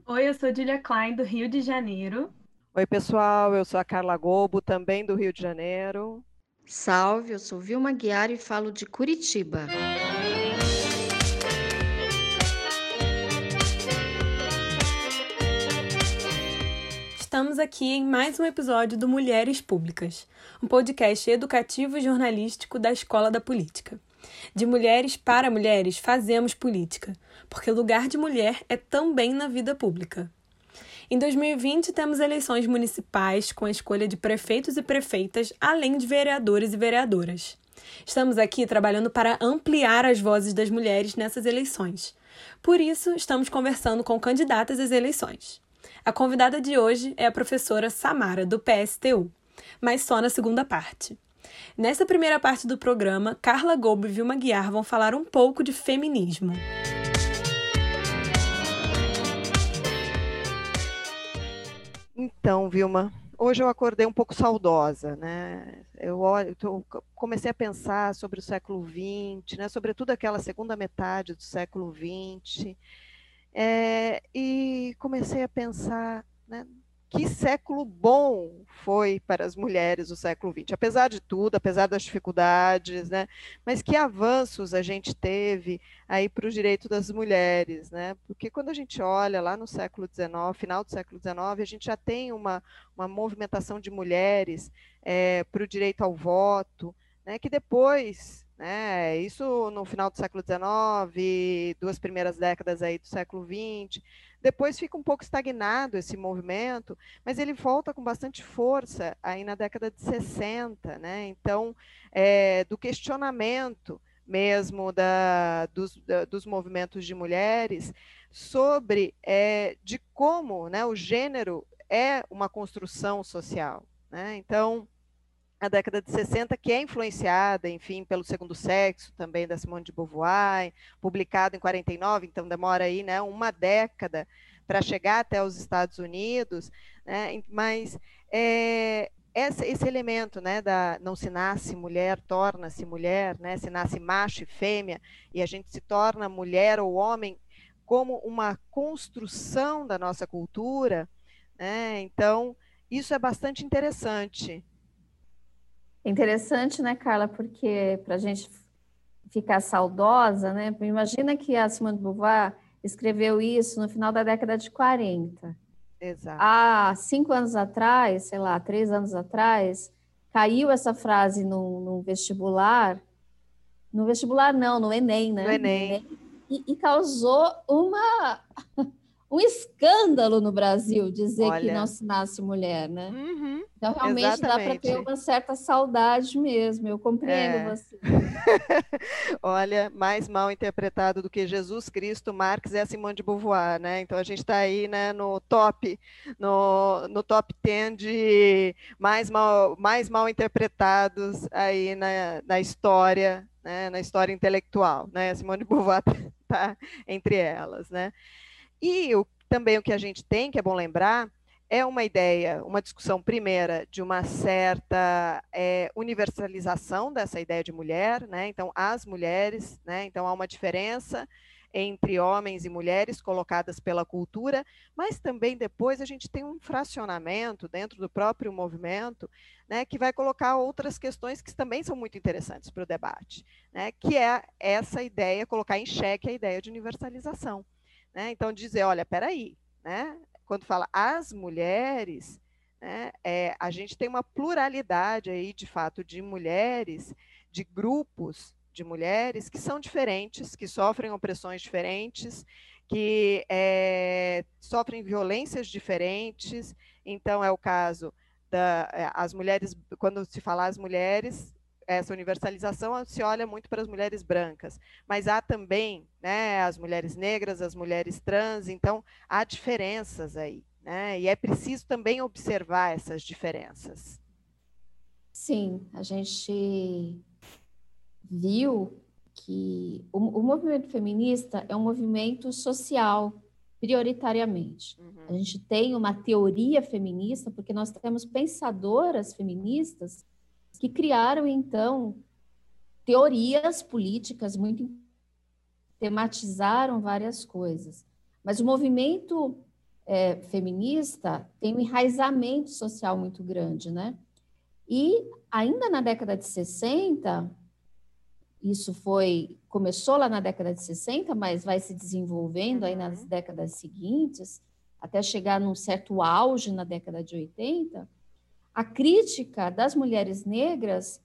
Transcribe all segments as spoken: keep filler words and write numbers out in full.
Oi, eu sou Julia Klein, do Rio de Janeiro. Oi, pessoal, eu sou a Carla Gobo, também do Rio de Janeiro. Salve, eu sou Vilma Guiar e falo de Curitiba. Estamos aqui em mais um episódio do Mulheres Públicas, um podcast educativo e jornalístico da Escola da Política. De mulheres para mulheres fazemos política, porque o lugar de mulher é também na vida pública. Em dois mil e vinte, temos eleições municipais com a escolha de prefeitos e prefeitas, além de vereadores e vereadoras. Estamos aqui trabalhando para ampliar as vozes das mulheres nessas eleições. Por isso, estamos conversando com candidatas às eleições. A convidada de hoje é a professora Samara, do P S T U, mas só na segunda parte. Nessa primeira parte do programa, Carla Gobo e Vilma Guiar vão falar um pouco de feminismo. Então, Vilma, hoje eu acordei um pouco saudosa, né? Eu, olho, eu comecei a pensar sobre o século vinte, né? Sobretudo aquela segunda metade do século vinte, é, e comecei a pensar, né? Que século bom foi para as mulheres o século vinte, apesar de tudo, apesar das dificuldades, né? Mas que avanços a gente teve aí para o direito das mulheres, né? Porque quando a gente olha lá no século dezenove, final do século dezenove, a gente já tem uma, uma movimentação de mulheres é, para o direito ao voto, né? Que depois, né? Isso no final do século dezenove, duas primeiras décadas aí do século vinte. Depois fica um pouco estagnado esse movimento, mas ele volta com bastante força aí na década de sessenta, né? Então, é, do questionamento mesmo da, dos, da, dos movimentos de mulheres sobre é, de como, né, o gênero é uma construção social, né? Então, a década de sessenta, que é influenciada, enfim, pelo Segundo Sexo, também da Simone de Beauvoir, publicado em quarenta e nove, então demora aí, né, uma década para chegar até os Estados Unidos, né, mas é, esse, esse elemento, né, da não se nasce mulher, torna-se mulher, né, se nasce macho e fêmea, e a gente se torna mulher ou homem como uma construção da nossa cultura, né, então isso é bastante interessante. Interessante, né, Carla? Porque para a gente ficar saudosa, né? Imagina que a Simone de Beauvoir escreveu isso no final da década de quarenta. Exato. Há cinco anos atrás, sei lá, três anos atrás, caiu essa frase no, no vestibular, no vestibular não, no Enem, né? No Enem. No Enem, e, e causou uma um escândalo no Brasil dizer Olha. que não se nasce mulher, né? Uhum, então, realmente dá para ter uma certa saudade mesmo, eu compreendo é. você. Olha, mais mal interpretado do que Jesus Cristo, Marx e a Simone de Beauvoir, né? Então a gente está aí, né, no top, no, no top dez de mais mal, mais mal interpretados aí na, na história, né, na história intelectual, né? A Simone de Beauvoir está entre elas, né? E o, também o que a gente tem, que é bom lembrar, é uma ideia, uma discussão primeira de uma certa é, universalização dessa ideia de mulher, né? Então, as mulheres, né? Então há uma diferença entre homens e mulheres colocadas pela cultura, mas também depois a gente tem um fracionamento dentro do próprio movimento, né, que vai colocar outras questões que também são muito interessantes para o debate, né, que é essa ideia, colocar em xeque a ideia de universalização. Né? Então, dizer, olha, peraí, né? Quando fala as mulheres, né, é, a gente tem uma pluralidade aí, de fato, de mulheres, de grupos de mulheres que são diferentes, que sofrem opressões diferentes, que é, sofrem violências diferentes. Então, é o caso das mulheres, quando se fala as mulheres, essa universalização se olha muito para as mulheres brancas, mas há também, né, as mulheres negras, as mulheres trans, então há diferenças aí, né, e é preciso também observar essas diferenças. Sim, a gente viu que o, o movimento feminista é um movimento social, prioritariamente. Uhum. A gente tem uma teoria feminista, porque nós temos pensadoras feministas que criaram, então, teorias políticas muito tematizaram várias coisas. Mas o movimento é, feminista tem um enraizamento social muito grande, né? E ainda na década de sessenta, isso foi, começou lá na década de sessenta, mas vai se desenvolvendo aí nas Uhum. décadas seguintes, até chegar num certo auge na década de oitenta, a crítica das mulheres negras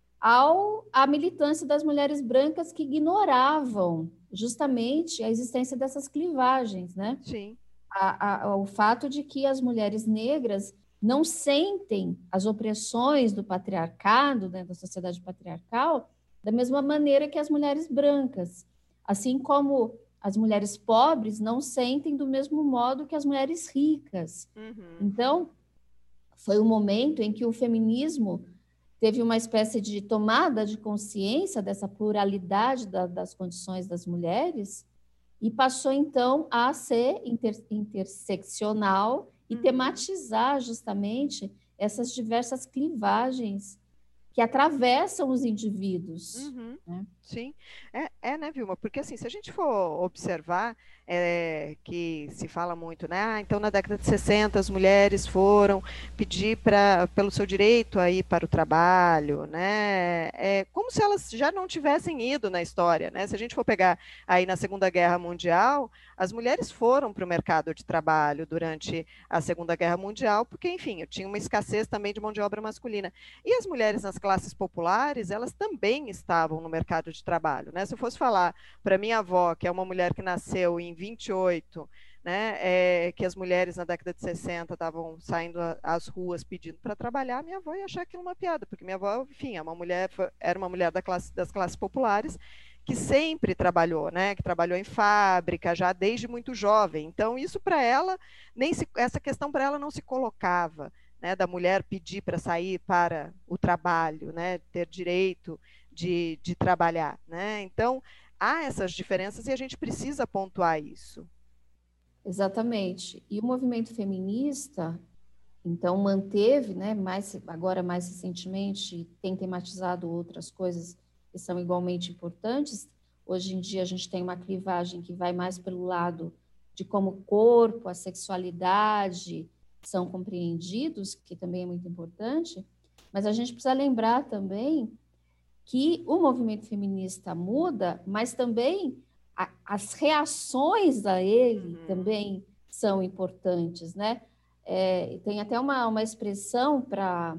ao, à militância das mulheres brancas que ignoravam justamente a existência dessas clivagens, né? Sim. A, a, o fato de que as mulheres negras não sentem as opressões do patriarcado, né, da sociedade patriarcal, da mesma maneira que as mulheres brancas, assim como as mulheres pobres não sentem do mesmo modo que as mulheres ricas. Uhum. Então, foi um momento em que o feminismo teve uma espécie de tomada de consciência dessa pluralidade da, das condições das mulheres e passou, então, a ser inter, interseccional e Uhum. tematizar justamente essas diversas clivagens que atravessam os indivíduos. Uhum. Né? Sim, é, é, né, Vilma? Porque assim, se a gente for observar, é, que se fala muito, né? Ah, então na década de sessenta as mulheres foram pedir pra, pelo seu direito a ir para o trabalho, né? É como se elas já não tivessem ido na história, né? Se a gente for pegar aí na Segunda Guerra Mundial, as mulheres foram para o mercado de trabalho durante a Segunda Guerra Mundial, porque, enfim, tinha uma escassez também de mão de obra masculina. E as mulheres nas classes populares, elas também estavam no mercado de trabalho, né? Se eu fosse falar para minha avó, que é uma mulher que nasceu em vinte e oito, né, é, que as mulheres na década de sessenta estavam saindo às ruas pedindo para trabalhar, minha avó ia achar aquilo uma piada, porque minha avó, enfim, é uma mulher, era uma mulher da classe, das classes populares que sempre trabalhou, né, que trabalhou em fábrica já desde muito jovem. Então isso para ela, nem se, essa questão para ela não se colocava, né, da mulher pedir para sair para o trabalho, né, ter direito de, de trabalhar, né? Então há essas diferenças e a gente precisa pontuar isso. Exatamente. E o movimento feminista, então, manteve, né, mais, agora mais recentemente, tem tematizado outras coisas que são igualmente importantes. Hoje em dia, a gente tem uma clivagem que vai mais pelo lado de como o corpo, a sexualidade são compreendidos, que também é muito importante, mas a gente precisa lembrar também que o movimento feminista muda, mas também a, as reações a ele Uhum. também são importantes, né? É, tem até uma, uma expressão para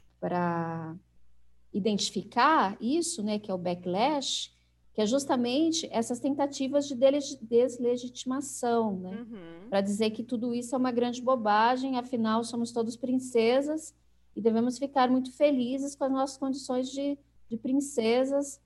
identificar isso, né, que é o backlash, que é justamente essas tentativas de deslegitimação, né? Uhum. Para dizer que tudo isso é uma grande bobagem, afinal somos todos princesas e devemos ficar muito felizes com as nossas condições de, de princesas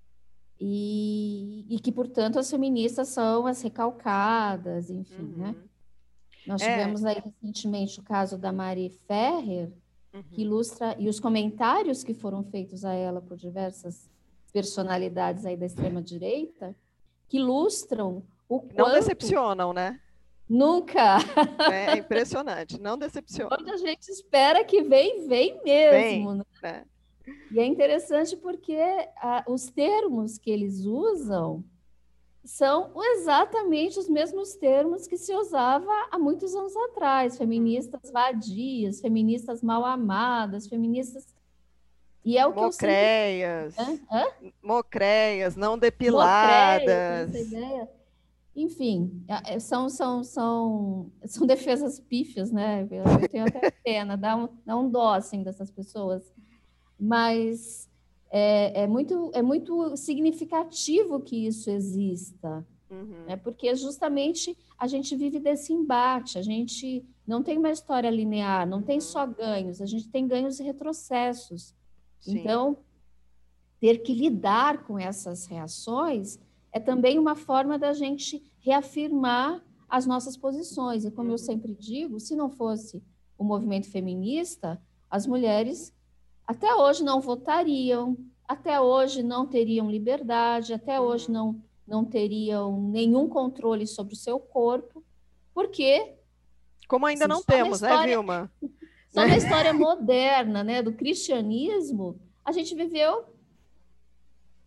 e, e que, portanto, as feministas são as recalcadas, enfim, Uhum. né? Nós É. tivemos aí recentemente o caso da Mari Ferrer, Uhum. que ilustra, e os comentários que foram feitos a ela por diversas personalidades aí da extrema-direita, que ilustram o quanto... Não decepcionam, né? Nunca! É impressionante, não decepciona. Quando a gente espera que vem, vem mesmo. Vem, né? né? E é interessante porque ah, os termos que eles usam são exatamente os mesmos termos que se usava há muitos anos atrás. Feministas vadias, feministas mal amadas, feministas... E é o que Mocreias, eu sempre... Hã? mocreias, não Mocreia, tem essa depiladas. ideia. Enfim, é, são, são, são, são defesas pífias, né? Eu, eu tenho até pena, dá um, dá um dó, assim, dessas pessoas. Mas é, é, muito, é muito significativo que isso exista, Uhum. né? Porque justamente a gente vive desse embate, a gente não tem uma história linear, não tem só ganhos, a gente tem ganhos e retrocessos. Sim. Então, ter que lidar com essas reações é também uma forma da gente reafirmar as nossas posições. E como Uhum. eu sempre digo, se não fosse o movimento feminista, as mulheres até hoje não votariam, até hoje não teriam liberdade, até Uhum. hoje não, não teriam nenhum controle sobre o seu corpo, porque... Como ainda assim, não só temos, na história, né, Vilma? só na história moderna, né, do cristianismo, a gente viveu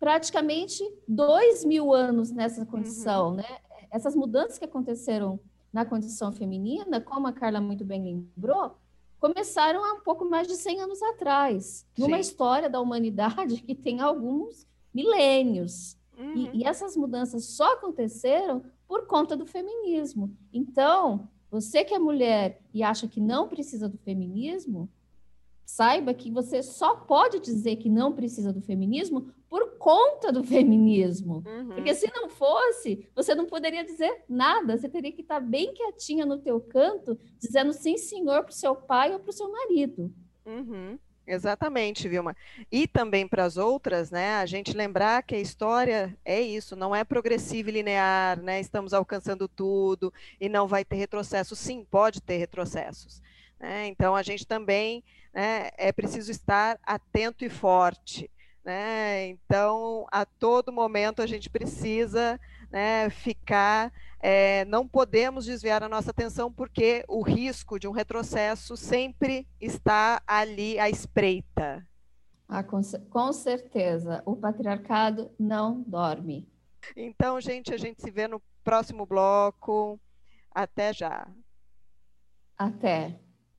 praticamente dois mil anos nessa condição, Uhum. né? Essas mudanças que aconteceram na condição feminina, como a Carla muito bem lembrou, começaram há um pouco mais de cem anos atrás, numa Sim. história da humanidade que tem alguns milênios. Uhum. E, e essas mudanças só aconteceram por conta do feminismo. Então, você que é mulher e acha que não precisa do feminismo, saiba que você só pode dizer que não precisa do feminismo por conta do feminismo. Uhum. Porque se não fosse, você não poderia dizer nada. Você teria que estar bem quietinha no teu canto, dizendo sim, senhor, para o seu pai ou para o seu marido. Uhum. Exatamente, Vilma. E também para as outras, né, a gente lembrar que a história é isso, não é progressiva e linear, né, estamos alcançando tudo e não vai ter retrocesso. Sim, pode ter retrocessos. Né? Então, a gente também, né, é preciso estar atento e forte. Né? Então, a todo momento a gente precisa, né, ficar... É, não podemos desviar a nossa atenção porque o risco de um retrocesso sempre está ali à espreita. Ah, com, com certeza, o patriarcado não dorme. Então, gente, a gente se vê no próximo bloco. Até já. Até.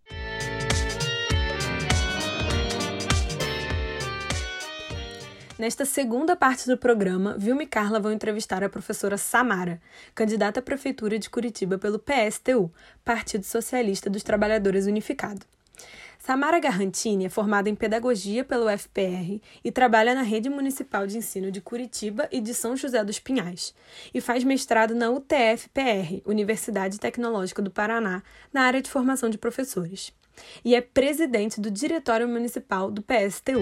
Nesta segunda parte do programa, Vilma e Carla vão entrevistar a professora Samara, candidata à Prefeitura de Curitiba pelo P S T U, Partido Socialista dos Trabalhadores Unificado. Samara Garrantini é formada em Pedagogia pelo U F P R e trabalha na Rede Municipal de Ensino de Curitiba e de São José dos Pinhais, e faz mestrado na U T F P R, Universidade Tecnológica do Paraná, na área de formação de professores, e é presidente do Diretório Municipal do P S T U.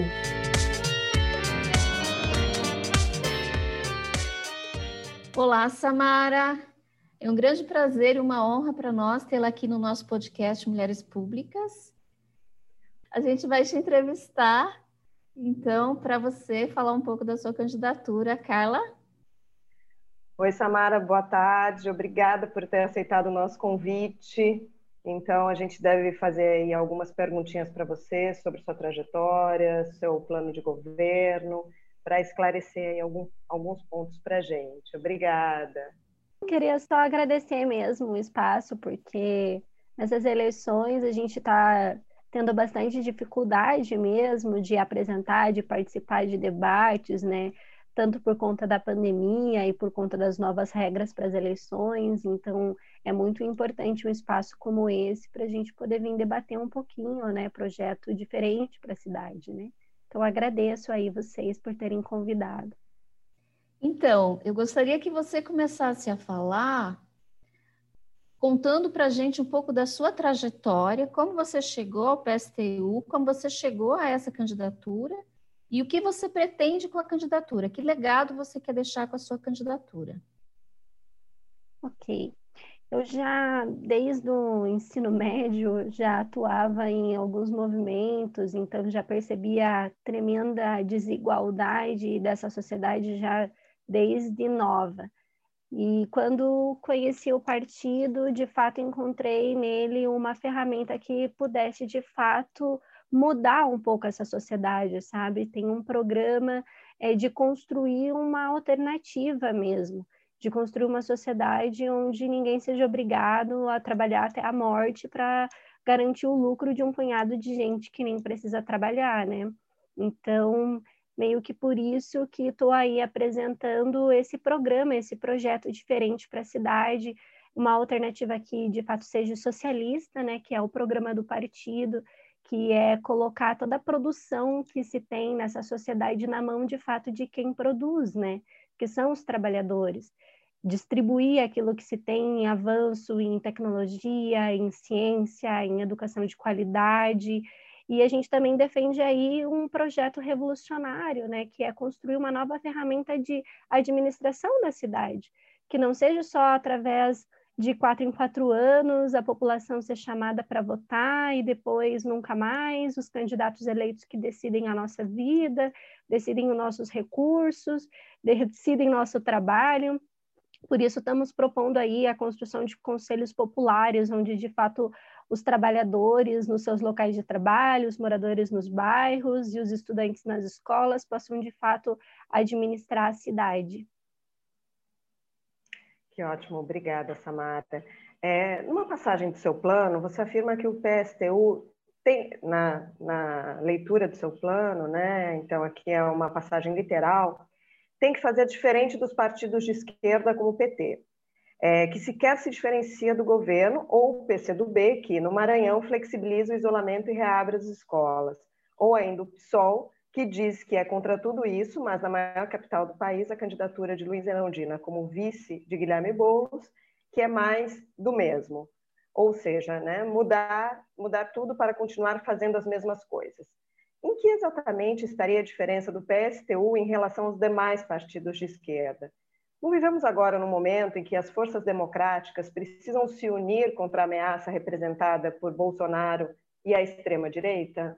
Olá, Samara. É um grande prazer e uma honra para nós tê-la aqui no nosso podcast Mulheres Públicas. A gente vai te entrevistar, então, para você falar um pouco da sua candidatura. Carla? Oi, Samara, boa tarde. Obrigada por ter aceitado o nosso convite. Então, a gente deve fazer aí algumas perguntinhas para você sobre sua trajetória, seu plano de governo, para esclarecer aí algum, alguns pontos para a gente. Obrigada. Eu queria só agradecer mesmo o espaço, porque nessas eleições a gente está tendo bastante dificuldade mesmo de apresentar, de participar de debates, né? Tanto por conta da pandemia e por conta das novas regras para as eleições. Então, é muito importante um espaço como esse para a gente poder vir debater um pouquinho, né? Projeto diferente para a cidade, né? Então, agradeço aí vocês por terem convidado. Então, eu gostaria que você começasse a falar, contando para a gente um pouco da sua trajetória, como você chegou ao P S T U, como você chegou a essa candidatura e o que você pretende com a candidatura, que legado você quer deixar com a sua candidatura. Ok. Eu já, desde o ensino médio, já atuava em alguns movimentos, então já percebia a tremenda desigualdade dessa sociedade já desde nova. E quando conheci o partido, de fato encontrei nele uma ferramenta que pudesse, de fato, mudar um pouco essa sociedade, sabe? Tem um programa é, de construir uma alternativa mesmo, de construir uma sociedade onde ninguém seja obrigado a trabalhar até a morte para garantir o lucro de um punhado de gente que nem precisa trabalhar, né? Então, meio que por isso que estou aí apresentando esse programa, esse projeto diferente para a cidade, uma alternativa que de fato seja socialista, né? Que é o programa do partido, que é colocar toda a produção que se tem nessa sociedade na mão de fato de quem produz, né? Que são os trabalhadores. Distribuir aquilo que se tem em avanço em tecnologia, em ciência, em educação de qualidade. E a gente também defende aí um projeto revolucionário, né, que é construir uma nova ferramenta de administração da cidade, que não seja só através de quatro em quatro anos a população ser chamada para votar e depois nunca mais, os candidatos eleitos que decidem a nossa vida, decidem os nossos recursos, decidem nosso trabalho. Por isso, estamos propondo aí a construção de conselhos populares, onde, de fato, os trabalhadores nos seus locais de trabalho, os moradores nos bairros e os estudantes nas escolas possam, de fato, administrar a cidade. Que ótimo, obrigada, Samara. É, numa passagem do seu plano, você afirma que o P S T U tem, na, na leitura do seu plano, né, então aqui é uma passagem literal, tem que fazer diferente dos partidos de esquerda como o P T, é, que sequer se diferencia do governo, ou o P C do B, que no Maranhão flexibiliza o isolamento e reabre as escolas, ou ainda o PSOL, que diz que é contra tudo isso, mas na maior capital do país, a candidatura de Luiz Erundina como vice de Guilherme Boulos, que é mais do mesmo. Ou seja, né, mudar, mudar tudo para continuar fazendo as mesmas coisas. Em que exatamente estaria a diferença do P S T U em relação aos demais partidos de esquerda? Não vivemos agora num momento em que as forças democráticas precisam se unir contra a ameaça representada por Bolsonaro e a extrema-direita?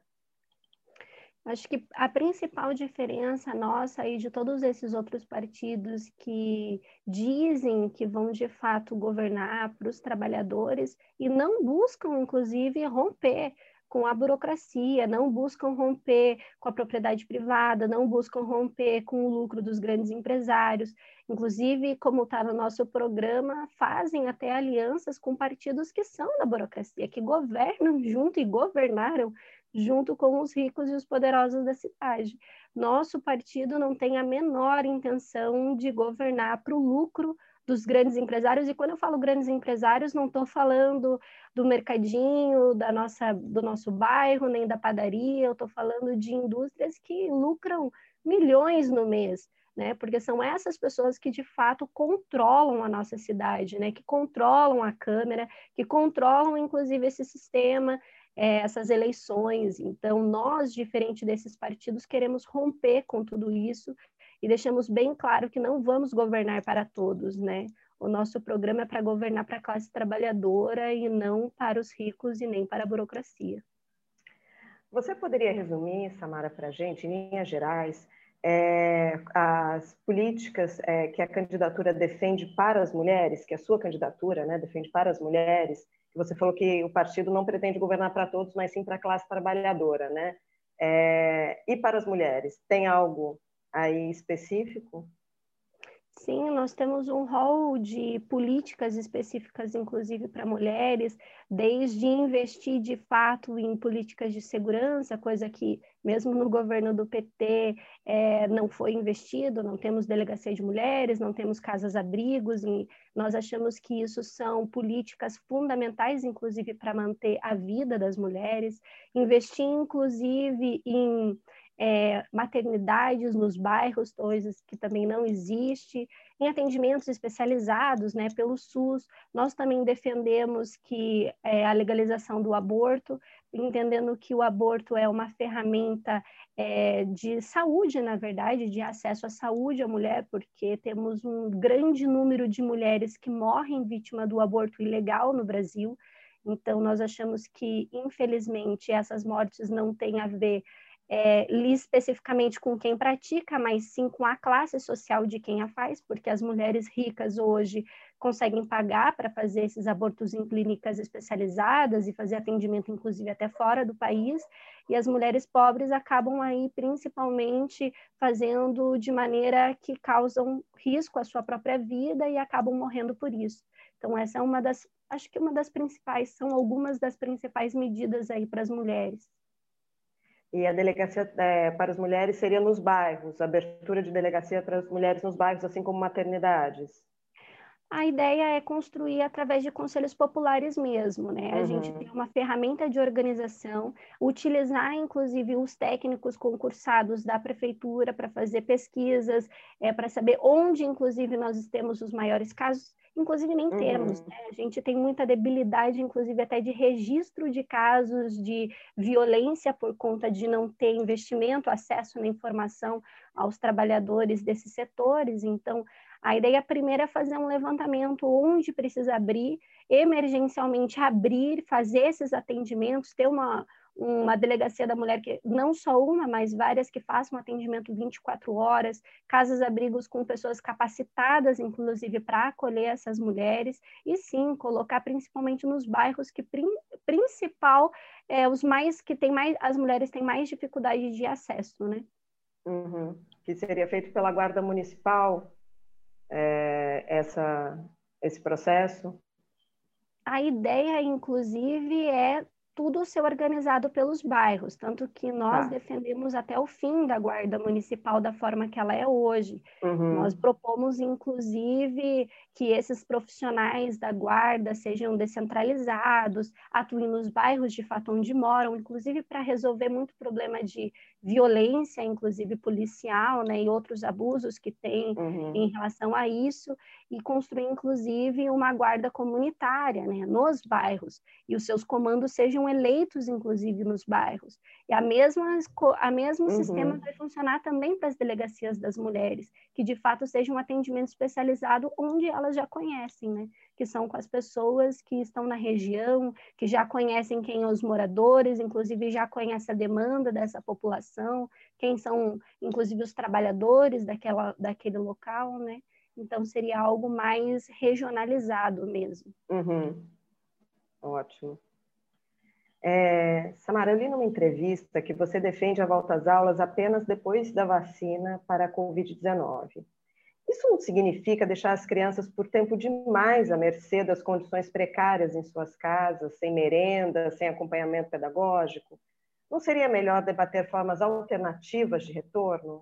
Acho que a principal diferença nossa aí de todos esses outros partidos que dizem que vão de fato governar para os trabalhadores e não buscam, inclusive, romper com a burocracia, não buscam romper com a propriedade privada, não buscam romper com o lucro dos grandes empresários. Inclusive, como está no nosso programa, fazem até alianças com partidos que são da burocracia, que governam junto e governaram junto com os ricos e os poderosos da cidade. Nosso partido não tem a menor intenção de governar para o lucro dos grandes empresários, e quando eu falo grandes empresários, não estou falando do mercadinho, da nossa, do nosso bairro, nem da padaria, eu estou falando de indústrias que lucram milhões no mês, né? Porque são essas pessoas que, de fato, controlam a nossa cidade, né? Que controlam a Câmara, que controlam, inclusive, esse sistema, é, essas eleições. Então, nós, diferente desses partidos, queremos romper com tudo isso e deixamos bem claro que não vamos governar para todos, né? O nosso programa é para governar para a classe trabalhadora e não para os ricos e nem para a burocracia. Você poderia resumir, Samara, para a gente, em linhas gerais, é, as políticas é, que a candidatura defende para as mulheres, que a sua candidatura, né, defende para as mulheres, que você falou que o partido não pretende governar para todos, mas sim para a classe trabalhadora, né? É, e para as mulheres, tem algo aí específico? Sim, nós temos um rol de políticas específicas, inclusive para mulheres, desde investir de fato em políticas de segurança, coisa que mesmo no governo do P T é, não foi investido, não temos delegacia de mulheres, não temos casas-abrigos, e nós achamos que isso são políticas fundamentais, inclusive para manter a vida das mulheres, investir inclusive em É, maternidades nos bairros, coisas que também não existe, em atendimentos especializados, né, pelo SUS. Nós também defendemos que é, a legalização do aborto, entendendo que o aborto é uma ferramenta é, de saúde, na verdade, de acesso à saúde à mulher, porque temos um grande número de mulheres que morrem vítima do aborto ilegal no Brasil. Então, nós achamos que, infelizmente, essas mortes não têm a ver É, especificamente com quem pratica, mas sim com a classe social de quem a faz, porque as mulheres ricas hoje conseguem pagar para fazer esses abortos em clínicas especializadas e fazer atendimento, inclusive, até fora do país, e as mulheres pobres acabam aí principalmente fazendo de maneira que causam risco à sua própria vida e acabam morrendo por isso. Então, essa é uma das, acho que uma das principais, são algumas das principais medidas aí para as mulheres. E a delegacia é, para as mulheres seria nos bairros, abertura de delegacia para as mulheres nos bairros, assim como maternidades? A ideia é construir através de conselhos populares mesmo, né? A uhum. gente tem uma ferramenta de organização, utilizar inclusive os técnicos concursados da prefeitura para fazer pesquisas, é, para saber onde inclusive nós temos os maiores casos, inclusive nem uhum. temos, né? A gente tem muita debilidade, inclusive até de registro de casos de violência por conta de não ter investimento, acesso na informação aos trabalhadores desses setores. Então, a ideia primeira é fazer um levantamento onde precisa abrir, emergencialmente abrir, fazer esses atendimentos, ter uma, uma delegacia da mulher, que não só uma, mas várias que façam atendimento vinte e quatro horas, casas-abrigos com pessoas capacitadas, inclusive, para acolher essas mulheres, e sim, colocar principalmente nos bairros que principal, é, os mais que tem mais, as mulheres têm mais dificuldade de acesso, né? Uhum. Que seria feito pela Guarda Municipal, É, essa, esse processo? a ideia, inclusive, é tudo ser organizado pelos bairros, tanto que nós Tá. defendemos até o fim da guarda municipal da forma que ela é hoje. Uhum. Nós propomos, inclusive, que esses profissionais da guarda sejam descentralizados, atuem nos bairros de fato onde moram, inclusive para resolver muito problema de violência, inclusive policial, né, e outros abusos que tem Uhum. em relação a isso, e construir, inclusive, uma guarda comunitária, né, nos bairros, e os seus comandos sejam eleitos, inclusive, nos bairros. E a mesma, a mesmo Uhum. sistema vai funcionar também para as delegacias das mulheres, que, de fato, seja um atendimento especializado onde elas já conhecem, né, que são com as pessoas que estão na região, que já conhecem quem são os moradores, inclusive já conhecem a demanda dessa população, quem são, inclusive, os trabalhadores daquela, daquele local, né? Então, seria algo mais regionalizado mesmo. Uhum. Ótimo. É, Samara, eu li numa entrevista que você defende a volta às aulas apenas depois da vacina para a covid dezenove. Isso não significa deixar as crianças por tempo demais à mercê das condições precárias em suas casas, sem merenda, sem acompanhamento pedagógico? Não seria melhor debater formas alternativas de retorno?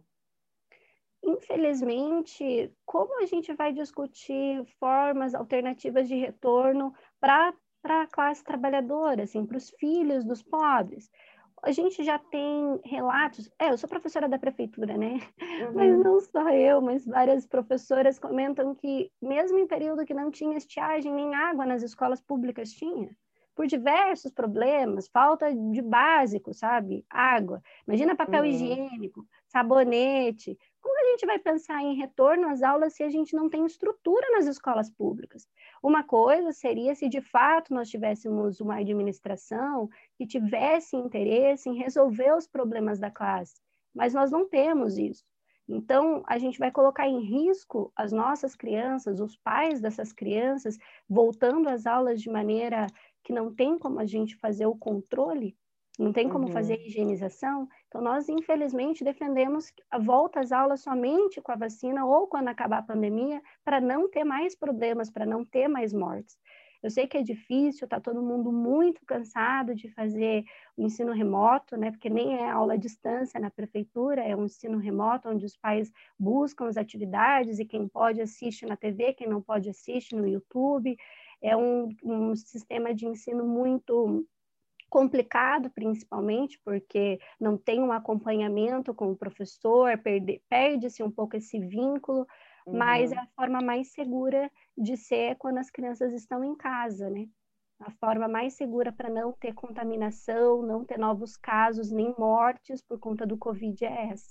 Infelizmente, como a gente vai discutir formas alternativas de retorno para para a classe trabalhadora, assim, para os filhos dos pobres? A gente já tem relatos, é, eu sou professora da prefeitura, né? Uhum. Mas não só eu, mas várias professoras comentam que mesmo em período que não tinha estiagem nem água nas escolas públicas tinha, por diversos problemas, falta de básico, sabe? Água, imagina papel Uhum. higiênico, sabonete. Como a gente vai pensar em retorno às aulas se a gente não tem estrutura nas escolas públicas? Uma coisa seria se de fato nós tivéssemos uma administração que tivesse interesse em resolver os problemas da classe, mas nós não temos isso. Então, a gente vai colocar em risco as nossas crianças, os pais dessas crianças, voltando às aulas de maneira que não tem como a gente fazer o controle, não tem como Uhum. fazer a higienização. Então, nós, infelizmente, defendemos a volta às aulas somente com a vacina ou quando acabar a pandemia, para não ter mais problemas, para não ter mais mortes. Eu sei que é difícil, está todo mundo muito cansado de fazer o ensino remoto, né? Porque nem é aula à distância na prefeitura, é um ensino remoto onde os pais buscam as atividades e quem pode assiste na T V, quem não pode assiste no YouTube. É um, um sistema de ensino muito complicado, principalmente, porque não tem um acompanhamento com o professor, perde, perde-se um pouco esse vínculo, Uhum. mas é a forma mais segura de ser quando as crianças estão em casa, né? A forma mais segura para não ter contaminação, não ter novos casos, nem mortes por conta do Covid é essa.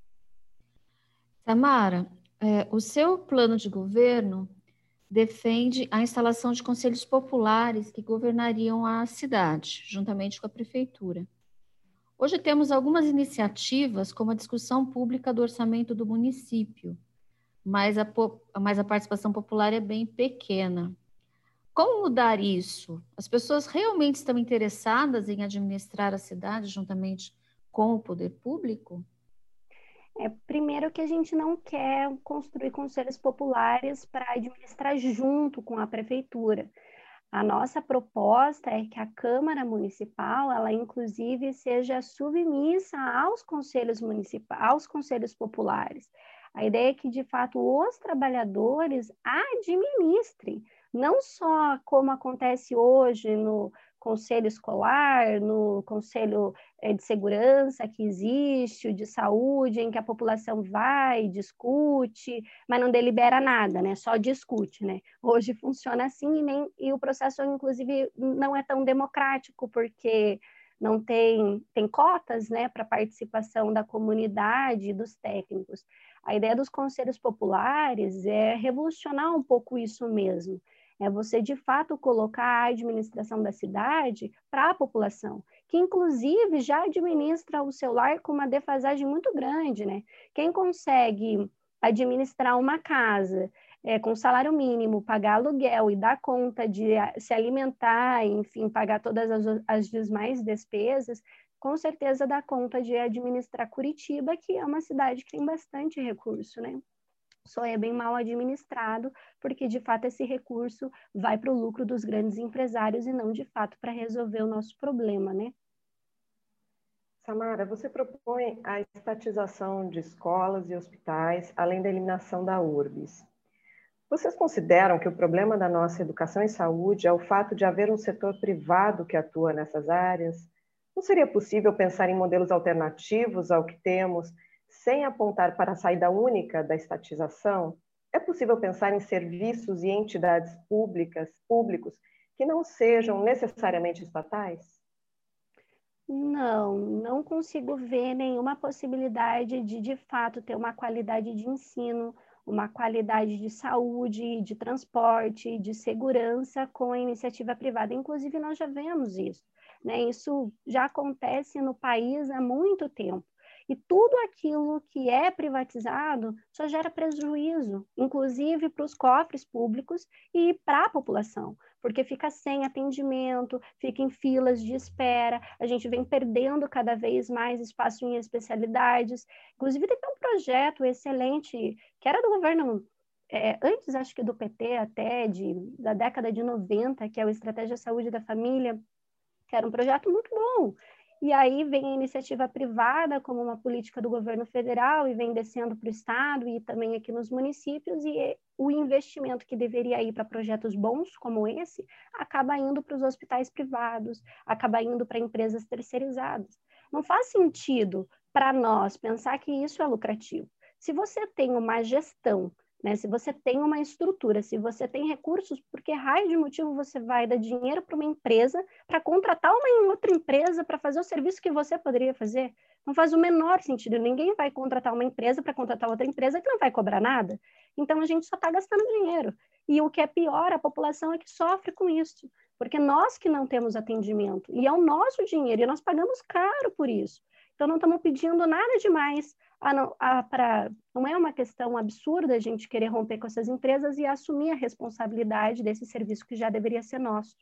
Samara, é, o seu plano de governo defende a instalação de conselhos populares que governariam a cidade, juntamente com a prefeitura. Hoje temos algumas iniciativas, como a discussão pública do orçamento do município, mas a, mas a participação popular é bem pequena. Como mudar isso? As pessoas realmente estão interessadas em administrar a cidade juntamente com o poder público? É, primeiro que a gente não quer construir conselhos populares para administrar junto com a prefeitura. A nossa proposta é que a Câmara Municipal, ela inclusive seja submissa aos conselhos municipais, aos conselhos populares. A ideia é que, de fato, os trabalhadores administrem, não só como acontece hoje no conselho escolar, no conselho de segurança que existe, o de saúde, em que a população vai, discute, mas não delibera nada, né? Só discute, né? Hoje funciona assim e, nem, e o processo, inclusive, não é tão democrático, porque não tem, tem cotas, né, para participação da comunidade e dos técnicos. A ideia dos conselhos populares é revolucionar um pouco isso mesmo. É você, de fato, colocar a administração da cidade para a população, que, inclusive, já administra o seu lar com uma defasagem muito grande, né? Quem consegue administrar uma casa é, com salário mínimo, pagar aluguel e dar conta de se alimentar, enfim, pagar todas as, as demais despesas, com certeza dá conta de administrar Curitiba, que é uma cidade que tem bastante recurso, né? só é bem mal administrado, porque de fato esse recurso vai para o lucro dos grandes empresários e não de fato para resolver o nosso problema, né? Samara, você propõe a estatização de escolas e hospitais, além da eliminação da URBS. Vocês consideram que o problema da nossa educação e saúde é o fato de haver um setor privado que atua nessas áreas? Não seria possível pensar em modelos alternativos ao que temos, sem apontar para a saída única da estatização? É possível pensar em serviços e entidades públicas, públicos que não sejam necessariamente estatais? Não, não consigo ver nenhuma possibilidade de, de fato, ter uma qualidade de ensino, uma qualidade de saúde, de transporte, de segurança com a iniciativa privada. Inclusive, nós já vemos isso, né? Isso já acontece no país há muito tempo. E tudo aquilo que é privatizado só gera prejuízo, inclusive para os cofres públicos e para a população, porque fica sem atendimento, fica em filas de espera, a gente vem perdendo cada vez mais espaço em especialidades. Inclusive, tem um projeto excelente, que era do governo, é, antes acho que do P T até, de, da década de noventa, que é o Estratégia Saúde da Família, que era um projeto muito bom. E aí vem a iniciativa privada como uma política do governo federal e vem descendo para o estado e também aqui nos municípios, e o investimento que deveria ir para projetos bons como esse acaba indo para os hospitais privados, acaba indo para empresas terceirizadas. Não faz sentido para nós pensar que isso é lucrativo. Se você tem uma gestão, né, se você tem uma estrutura, se você tem recursos, por que raio de motivo você vai dar dinheiro para uma empresa para contratar uma outra empresa para fazer o serviço que você poderia fazer? Não faz o menor sentido. Ninguém vai contratar uma empresa para contratar outra empresa que não vai cobrar nada. Então, a gente só está gastando dinheiro. E o que é pior, a população é que sofre com isso, porque nós que não temos atendimento, e é o nosso dinheiro, e nós pagamos caro por isso. Então, não estamos pedindo nada demais. Ah, não, ah, pra, não é uma questão absurda a gente querer romper com essas empresas e assumir a responsabilidade desse serviço que já deveria ser nosso.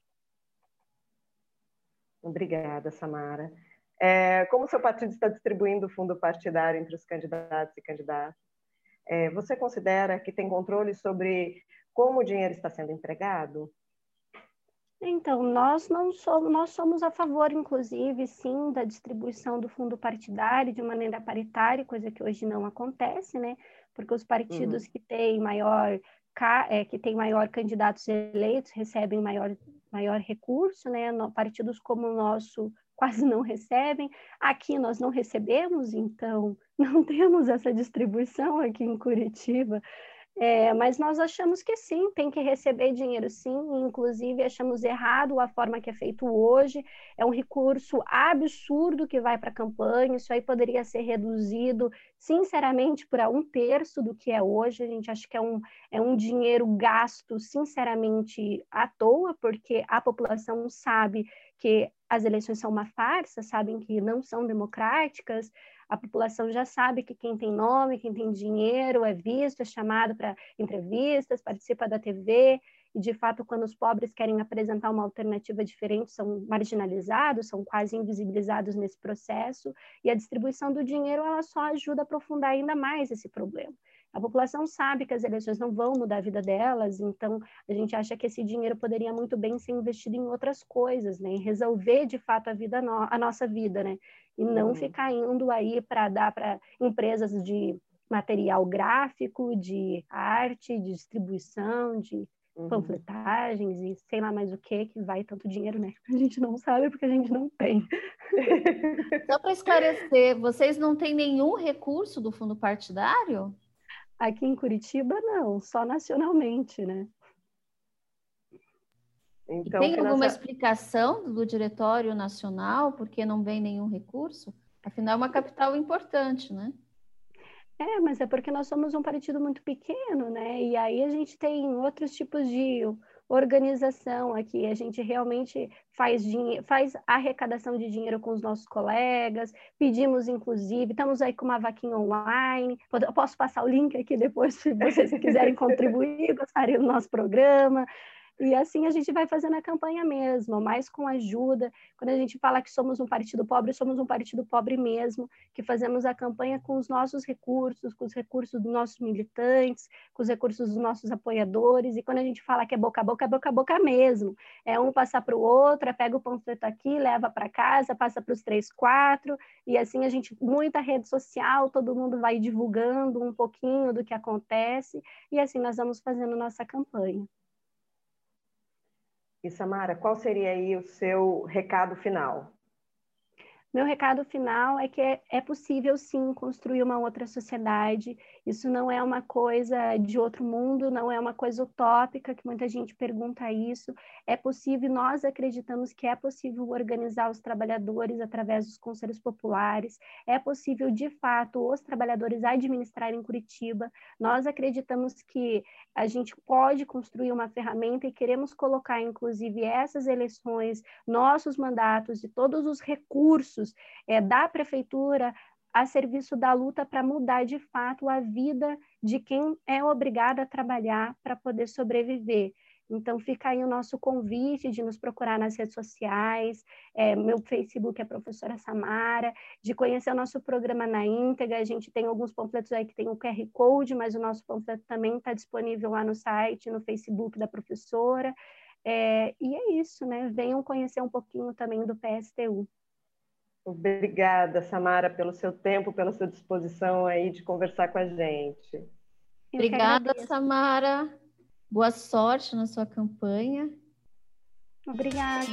Obrigada, Samara. É, como o seu partido está distribuindo o fundo partidário entre os candidatos e candidatas, é, você considera que tem controle sobre como o dinheiro está sendo empregado? Então, nós não somos, nós somos a favor, inclusive, sim, da distribuição do fundo partidário de maneira paritária, coisa que hoje não acontece, né? Porque os partidos uhum. que têm maior, é, que têm maior candidatos eleitos recebem maior, maior recurso, né? Partidos como o nosso quase não recebem. Aqui nós não recebemos, então não temos essa distribuição aqui em Curitiba. É, mas nós achamos que sim, tem que receber dinheiro sim, inclusive achamos errado a forma que é feito hoje, é um recurso absurdo que vai para a campanha, isso aí poderia ser reduzido, sinceramente, para um terço do que é hoje. A gente acha que é um, é um dinheiro gasto, sinceramente, à toa, porque a população sabe que as eleições são uma farsa, sabem que não são democráticas. A população já sabe que quem tem nome, quem tem dinheiro é visto, é chamado para entrevistas, participa da T V, e de fato, quando os pobres querem apresentar uma alternativa diferente, são marginalizados, são quase invisibilizados nesse processo, e a distribuição do dinheiro ela só ajuda a aprofundar ainda mais esse problema. A população sabe que as eleições não vão mudar a vida delas, então a gente acha que esse dinheiro poderia muito bem ser investido em outras coisas, né? Em resolver de fato a, vida no... a nossa vida, né? E não uhum. ficar indo aí para dar para empresas de material gráfico, de arte, de distribuição, de uhum. panfletagens e sei lá mais o que, que vai tanto dinheiro, né? A gente não sabe porque a gente não tem. Só para esclarecer, vocês não têm nenhum recurso do fundo partidário? Aqui em Curitiba, não, só nacionalmente, né? Então, tem alguma financia... explicação do Diretório Nacional por que não vem nenhum recurso? Afinal, é uma capital importante, né? É, mas é porque nós somos um partido muito pequeno, né? E aí a gente tem outros tipos de organização aqui. A gente realmente faz, dinhe... faz arrecadação de dinheiro com os nossos colegas, pedimos, inclusive, estamos aí com uma vaquinha online. Eu posso passar o link aqui depois, se vocês quiserem contribuir, gostarem do nosso programa. E assim a gente vai fazendo a campanha mesmo, mais com ajuda. Quando a gente fala que somos um partido pobre, somos um partido pobre mesmo, que fazemos a campanha com os nossos recursos, com os recursos dos nossos militantes, com os recursos dos nossos apoiadores. E quando a gente fala que é boca a boca, é boca a boca mesmo. É um passar para o outro, é pega o panfleto aqui, leva para casa, passa para os três, quatro, e assim a gente, muita rede social, todo mundo vai divulgando um pouquinho do que acontece, e assim nós vamos fazendo nossa campanha. E Samara, qual seria aí o seu recado final? Meu recado final é que é, é possível, sim, construir uma outra sociedade. Isso não é uma coisa de outro mundo, não é uma coisa utópica, que muita gente pergunta isso. É possível, nós acreditamos que é possível organizar os trabalhadores através dos conselhos populares. É possível, de fato, os trabalhadores administrarem Curitiba. Nós acreditamos que a gente pode construir uma ferramenta e queremos colocar, inclusive, essas eleições, nossos mandatos e todos os recursos É, da prefeitura a serviço da luta para mudar de fato a vida de quem é obrigado a trabalhar para poder sobreviver. Então fica aí o nosso convite de nos procurar nas redes sociais, é, meu Facebook é professora Samara, de conhecer o nosso programa na íntegra. A gente tem alguns panfletos aí que tem o Q R Code, mas o nosso panfleto também está disponível lá no site, no Facebook da professora. É, e é isso, né? Venham conhecer um pouquinho também do P S T U. Obrigada, Samara, pelo seu tempo, pela sua disposição aí de conversar com a gente. Eu Obrigada, Samara. Boa sorte na sua campanha. Obrigada.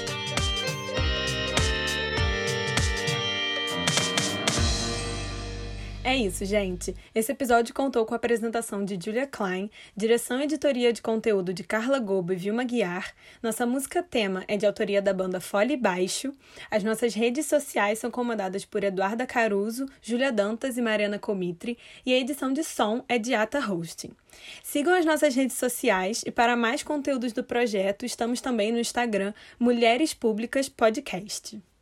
É isso, gente. Esse episódio contou com a apresentação de Julia Klein, direção e editoria de conteúdo de Carla Gobo e Vilma Guiar. Nossa música tema é de autoria da banda Fole Baixo. As nossas redes sociais são comandadas por Eduarda Caruso, Júlia Dantas e Mariana Comitri, e a edição de som é de Ata Hosting. Sigam as nossas redes sociais e para mais conteúdos do projeto, estamos também no Instagram Mulheres Públicas Podcast.